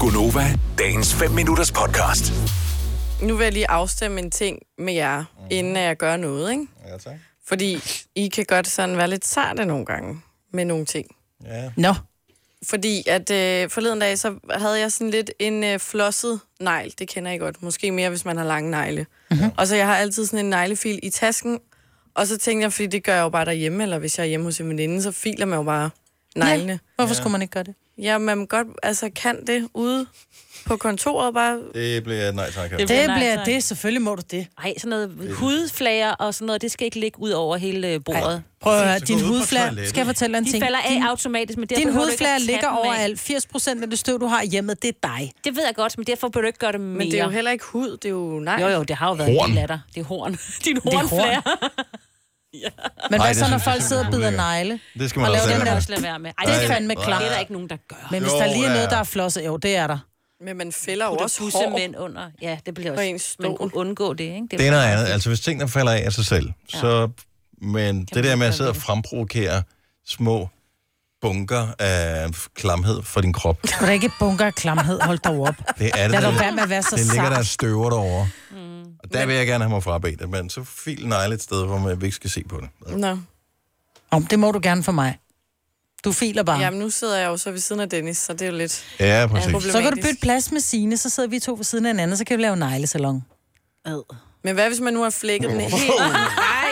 Gunova, dagens 5 minutters podcast. Nu vil jeg lige afstemme en ting med jer, inden jeg gør noget, ikke? Ja, tak. Fordi I kan godt sådan være lidt sarte nogle gange med nogle ting. Ja. Nå. Fordi at forleden dag, så havde jeg sådan lidt en flosset negl. Det kender I godt. Måske mere, hvis man har lange negle. Mm-hmm. Og så jeg har altid sådan en neglefil i tasken. Og så tænkte jeg, fordi det gør jeg jo bare derhjemme, eller hvis jeg er hjemme hos en veninde, så filer man jo bare neglene. Ja. Hvorfor skulle man ikke gøre det? Ja, man godt kan det ude på kontoret bare. Det bliver nej tak. Det bliver det. Selvfølgelig må du det. Nej, sådan noget hudflager og sådan noget, det skal ikke ligge ud over hele bordet. Ej. Prøv at høre, din hudflager, skal jeg fortælle dig en ting? De falder af automatisk, men din hudflager ligger overalt. 80% af det støv, du har hjemme, det er dig. Det ved jeg godt, men derfor bør du ikke gøre det mere. Men det er jo heller ikke hud, det er jo nej. Jo, det har jo været en del af dig. Det er horn. Din hornflager. Ja. Men hvad så, når folk sidder og bider negle? Det skal man også lade være med. Ej, det er fandme klart. Det er der ikke nogen, der gør. Men hvis der lige er noget, der er flosset, jo, det er der. Men man fælder jo også hår. Mænd under. Ja, det bliver også. Man kunne undgå det, ikke? Det er noget andet. Altså, hvis tingene falder af sig selv, så... Men det der med at sidde og fremprovokere små bunker af klamhed for din krop. Det er ikke bunker af klamhed, hold dig op. Det er det. Lad dig være med at være så sart. Det ligger der støver derovre. Og der vil jeg gerne have mig frabedt, men så fil negle et sted, hvor man ikke skal se på det. Nå. Det må du gerne for mig. Du filer bare. Jamen, nu sidder jeg jo så ved siden af Dennis, så det er jo lidt ja, præcis. Så kan du bytte plads med Signe, så sidder vi to ved siden af hinanden, så kan vi lave neglesalon. Men hvad hvis man nu har flækket den helt? Nej.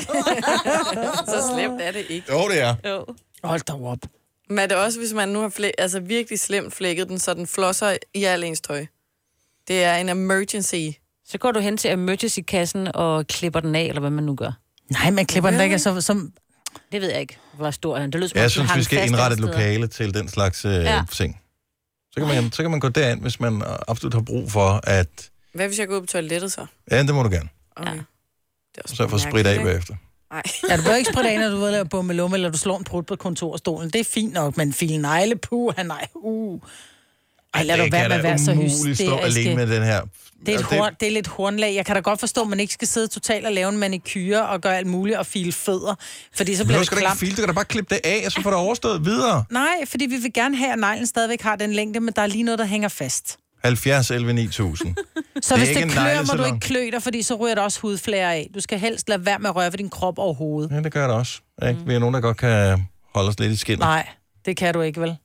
Så slemt er det ikke. Jo, det er. Jo. Hold da op. Men er det også, hvis man nu har virkelig slemt flækket den, så den flosser i al ens tøj? Det er en emergency. Så går du hen til emergency-kassen og klipper den af, eller hvad man nu gør. Nej, man klipper den ikke så som... Det ved jeg ikke, hvor stor han. Det lyder som, jeg synes, vi skal indrette et lokale til den slags ting. Så kan man gå derind, hvis man absolut har brug for, at... Hvad hvis jeg går ud på toilettet så? Ja, det må du gerne. Okay. Ja. Så får sprit af bagefter. Nej. Ja, du bør ikke spritte af, når du vil lave bummelumme, eller du slår en prut på kontorstolen. Det er fint nok, men file negle, nej. Ej, lad du være med at være så hysterisk. Stå alene med den her. Det er lidt hornlag. Jeg kan da godt forstå, at man ikke skal sidde totalt og lave en manikyre og gøre alt muligt og file fødder, fordi så bliver det klamt. Du kan da bare klippe det af, og så får det overstået videre. Nej, fordi vi vil gerne have, at neglen stadigvæk har den længde, men der er lige noget, der hænger fast. 70 11 9000. Så hvis det klør, må du ikke klø dig, fordi så ryger der også hudflager af. Du skal helst lade være med at røre ved din krop overhovedet. Ja, det gør det også. Ikke? Vi er nogen, der godt kan holde os lidt i skinnet. Nej, det kan du ikke, vel?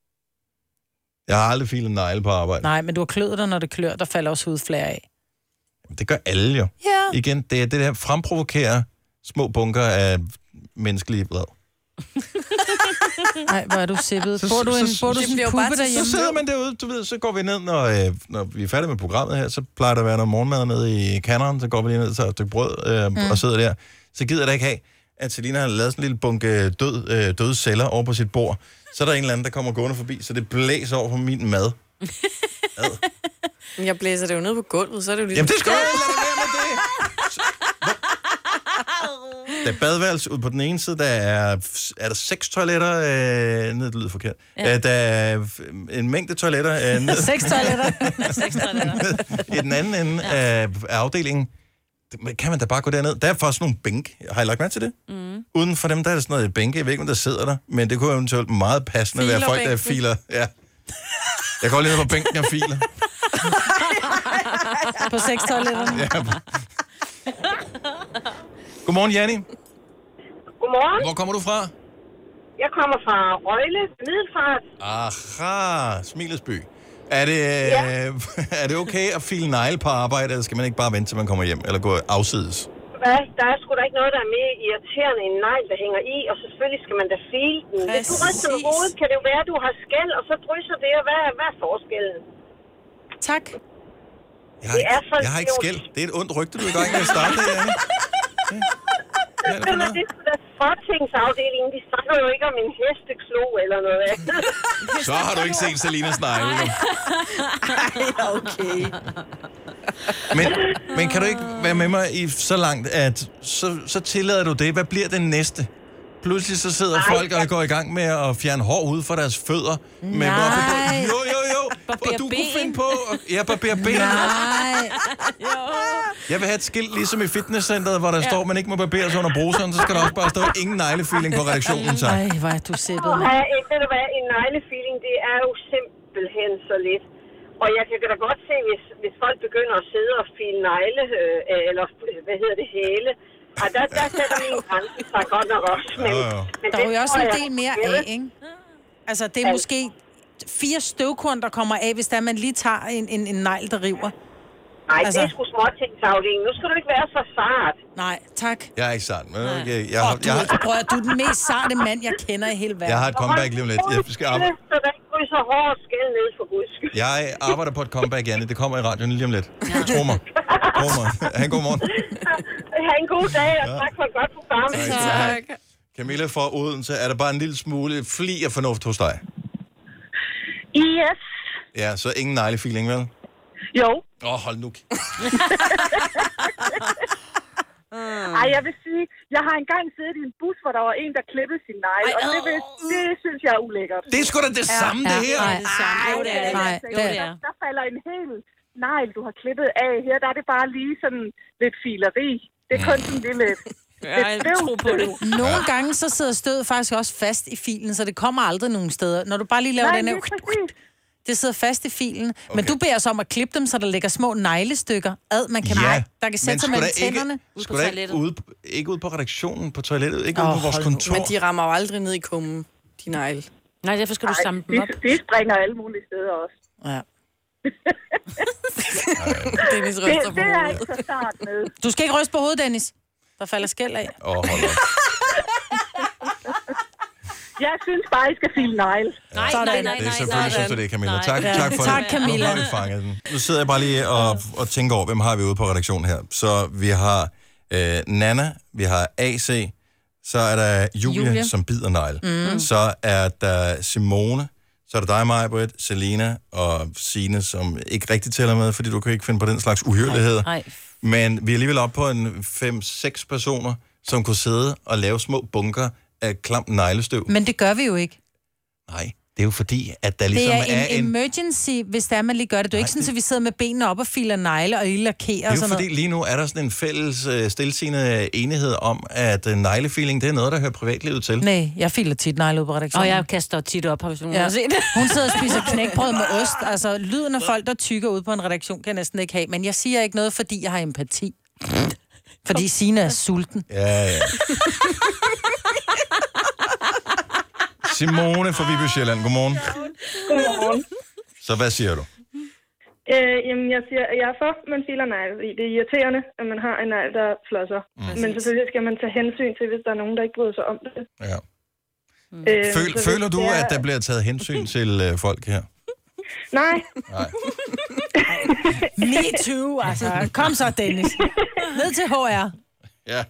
Jeg har aldrig filet negle på arbejde. Nej, men du har kløet dig, når det klør, der falder også hudflager af. Det gør alle jo. Ja. Igen, det er det der fremprovokere små bunker af menneskelige blad. Nej, hvor er du sippet. Bor du sådan en puppe derhjemme? Så sidder man derude, du ved, så går vi ned, når vi er færdige med programmet her, så plejer der at være noget morgenmad nede i kanderen, så går vi lige ned og tager et stykke brød og sidder der. Så gider jeg da ikke have, at Selina har lavet sådan en lille bunke døde celler over på sit bord. Så er der en eller anden, der kommer gående forbi, så det blæser over på min mad. Jeg blæser det jo ned på gulvet, så er det jo lige... Jamen det skal du ikke lade være med det! Der er badeværelse ude på den ene side, der er der 6 toiletter, det lyder forkert. Ja. Der er en mængde toiletter. 6 toiletter. 6 toiletter. I den anden ende af afdelingen, kan man da bare gå derned. Der er faktisk nogle bænk. Har I lagt mærke til det? Uden for dem, der er der sådan noget bænke. Jeg ved ikke, om der sidder der, men det kunne eventuelt meget passende være folk, der filer. Ja. Jeg går lige ned på bænken og filer. På 6 toiletter. Ja. Godmorgen, Janni. Godmorgen. Hvor kommer du fra? Jeg kommer fra Røgle, Middelfart. Aha, Smilesby. Er det okay at file negle på arbejde, eller skal man ikke bare vente, til man kommer hjem, eller gå afsides? Hvad? Der er sgu da ikke noget, der er mere irriterende end negl, der hænger i, og selvfølgelig skal man da file den. Hvis du ryster med hovedet, kan det jo være, at du har skæld, og så drysser det, og hvad er forskellen? Tak. Jeg har ikke skæld. Det er et ondt rygte, du er i gang med at starte det, Janni. Det er sgu da fortingsafdelingen. De snakker jo ikke om en hesteklo eller noget andet. Så har du ikke set Selinas negle. Ej, okay. Men kan du ikke være med mig i så langt, at så tillader du det? Hvad bliver det næste? Pludselig så sidder folk og går i gang med at fjerne hår ud fra deres fødder. Med jo. Og du kunne finde på at barbere ben. Nej. Jo. Jeg vil have et skilt ligesom i fitnesscenteret, hvor der står, at man ikke må barbere sig under bruseren. Så skal der også bare stå ingen neglefiling på redaktionen. Nej, hvor er du sippet, mand. Ved du hvad, en neglefiling, det er jo simpelthen så lidt. Og jeg kan da godt se, hvis folk begynder at sidde og file negle, eller hæle, og der sætter min grænse sig godt nok også. Men der er jo også en del mere af, ikke? Altså, det er måske 4 støvkorn, der kommer af, hvis der man lige tager en negl, der river. Nej, det er sgu småtingsafdelingen. Nu skal du ikke være så sart. Nej, tak. Jeg er ikke sart, men du er den mest sarte mand, jeg kender i hele verden. Jeg har et comeback lige om lidt. Jeg skal arbejde. Så der ikke ryser hårdt skæld ned for guds skyld. Jeg arbejder på et comeback, Janne. Det kommer i radioen lige om lidt. Tro mig. Ha' en god morgen. Ha' en god dag, og tak for et godt program. Tak. Camilla fra Odense, er der bare en lille smule fli af fornuft hos dig? Yes. Ja, så ingen neglefiling, vel? Jo. Hold nu. Ej, jeg vil sige, jeg har engang siddet i en bus, hvor der var en, der klippede sin negle, og det synes jeg er ulækkert. Det er sgu da det samme, det her. Der falder en hel negl, du har klippet af. Her der er det bare lige sådan lidt fileri. Det er kun sådan lidt lidt. Jeg tror på det. Nogle gange så sidder stødet faktisk også fast i filen, så det kommer aldrig nogen steder. Når du bare lige laver den her... Det sidder fast i filen. Okay. Men du beder os om at klippe dem, så der ligger små neglestykker. Man kan der kan sætte sig mellem tænderne. Skulle ikke ud på redaktionen på toilettet? Ikke ud på vores kontor? Men de rammer jo aldrig ned i kummen, de negle. Nej, derfor skal du samle dem op. De springer alle mulige steder også. Ja. Dennis ryster på hovedet. Det er ikke så start med. Du skal ikke ryste på hovedet, Dennis. Der falder skæld af. Hold op. Jeg synes bare, I skal file negle. Nej. Det er selvfølgelig, synes du det, Camilla. Tak for tak, det. Camilla. Nu har vi fanget den. Nu sidder jeg bare lige og tænker over, hvem har vi ude på redaktionen her. Så vi har Nana, vi har AC, så er der Julie. Som bider negl. Så er der Simone, så er der dig, Maj-Britt, Selina og Signe, som ikke rigtig tæller med, fordi du kan ikke finde på den slags uhyreligheder. Nej. Men vi er alligevel oppe på en 5-6 personer, som kunne sidde og lave små bunker af klamt neglestøv. Men det gør vi jo ikke. Nej, det er jo fordi, at der ligesom er en emergency, hvis der man lige gør det. Det er jo ikke sådan, at vi sidder med benene op og filer negle og lige lakerer og sådan noget. Det er jo fordi, lige nu er der sådan en fælles stilsigende enighed om, at neglefiling, det er noget, der hører privatlivet til. Nej, jeg filer tit negle ud på redaktionen. Og jeg kaster tit op, hvis nogen har set det. Hun sidder og spiser knækbrød med ost. Altså, lyden af folk, der tykker ud på en redaktion, kan jeg næsten ikke have. Men jeg siger ikke noget, fordi jeg har empati. Fordi Signe er sulten. Ja. Simone fra Viby Sjælland, godmorgen. Godmorgen. Så hvad siger du? Jamen, jeg siger, at jeg er for, man filer negl. Det er irriterende, at man har en negl, der flosser. Men selvfølgelig skal man tage hensyn til, hvis der er nogen, der ikke bryder sig om det. Ja. Føler du, at der bliver taget hensyn til folk her? Nej. Me too, altså. Kom så, Dennis. Ned til HR. Ja.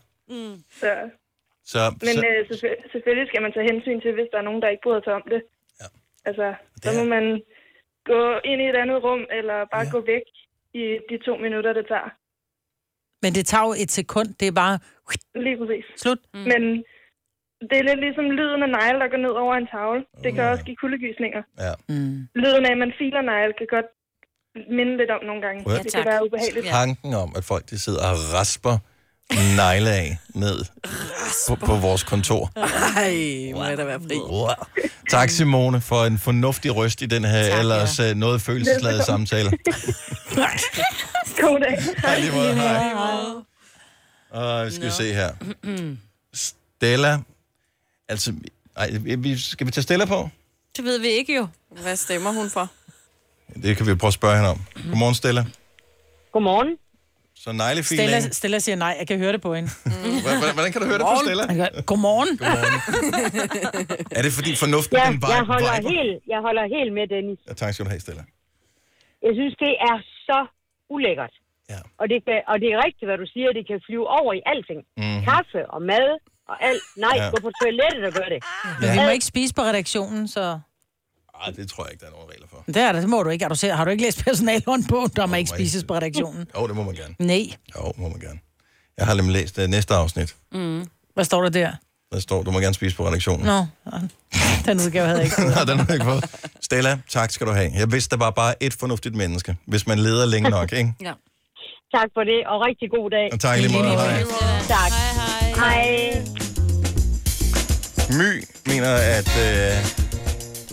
Men selvfølgelig skal man tage hensyn til, hvis der er nogen, der ikke bryder sig om det. Ja. Altså, så må man gå ind i et andet rum, eller bare gå væk i de 2 minutter, det tager. Men det tager jo 1 sekund, det er bare... Lige præcis. Slut. Men det er lidt ligesom lyden af negle, der går ned over en tavle. Det kan også give kuldegysninger. Ja. Lyden af, at man filer negle, kan godt minde lidt om nogle gange. Det kan være ubehageligt. Tanken om, at folk de sidder og rasper negle af ned på vores kontor. Ej, må jeg da være fri. Tak, Simone, for en fornuftig røst i den her ellers noget følelsesladede samtale. God dag. Hej, lige måde. Hej. Og vi skal se her. Stella. Altså, skal vi tage Stella på? Det ved vi ikke jo. Hvad stemmer hun for? Det kan vi prøve at spørge hende om. Godmorgen, Stella. Godmorgen. Så neglefiling. Stella siger nej, jeg kan høre det på hende. Hvordan kan du høre det på Stella? Godmorgen. Er det fordi fornuften den vej? Jeg holder helt med, Dennis. Ja, tak skal du have, Stella. Jeg synes, det er så ulækkert. Ja. Og det er rigtigt, hvad du siger. Det kan flyve over i alting. Kaffe og mad og alt. Nej, gå på toilettet og gør det. Men vi må ikke spise på redaktionen, så... Ej, det tror jeg ikke, der er nogen regler for. Det er det må du ikke. Har du ikke læst personalhåndbogen, der må ikke spises på redaktionen? Jo, det må man gerne. Nej. Jo, må man gerne. Jeg har nemlig læst næste afsnit. Hvad står der der? Der står, du må gerne spise på redaktionen. Nå, den udgave havde jeg ikke fået. Nej, den har jeg ikke fået. Stella, tak skal du have. Jeg vidste, der var bare et fornuftigt menneske, hvis man leder længe nok, ikke? Ja. Tak for det, og rigtig god dag. Og tak lige måde. Hej. Tak. Hej. My mener, at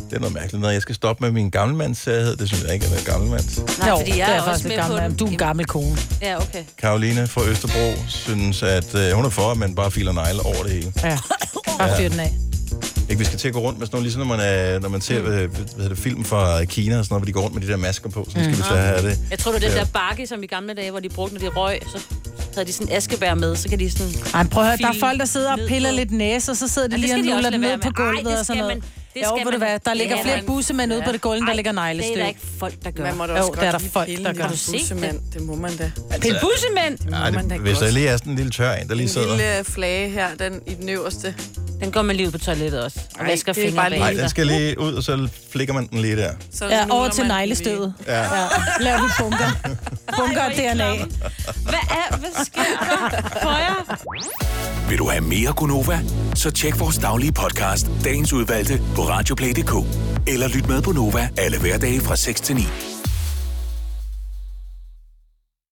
Det er noget mærkeligt noget. Jeg skal stoppe med min gammelmandssærhed. Det synes jeg ikke er gammelmands. Nej, fordi jeg det er faktisk også med gammel, på den. du er en gammel kone. Ja, okay. Karoline fra Østerbro synes, at hun er for, at man bare filer negle over det hele. Ja, bare fyr den af. Ikke, vi skal til at gå rundt med sådan noget, ligesom når man ser film fra Kina og sådan noget, hvor de går rundt med de der masker på, så skal vi så have det. Jeg tror, det er den der bakke, som i gamle dage, hvor de brugte, når de røg, så havde de sådan askebær med, så kan de sådan... Ej, prøv at høre, der er folk, der sidder og piller lidt næse, og så sidder de lige og nuller den ned på gulvet og sådan noget. Der ligger flere bussemænd ude på det gulv, der ligger neglestøv. Det er der ikke folk, der gør. Man må da også der er der godt folk, pille der en gør. lille bussemand. Det må man da. Pille bussemænd? Hvis der lige er sådan en lille tør en, der lige sidder. En lille flage her, den i den øverste. Den går man lige ud på toilettet også. Og Ej, vasker det er fingre bare bag. Nej, den skal lige ud, og så flikker man den lige der. Ja, over til neglestøvet. Ja. Laver vi bunker. Bunker og DNA. Hvad sker der for jer? Vil du have mere Gunova? Så tjek vores daglige podcast, dagens udvalgte, på radioplay.dk. Eller lyt med på Nova alle hverdage fra 6 til 9.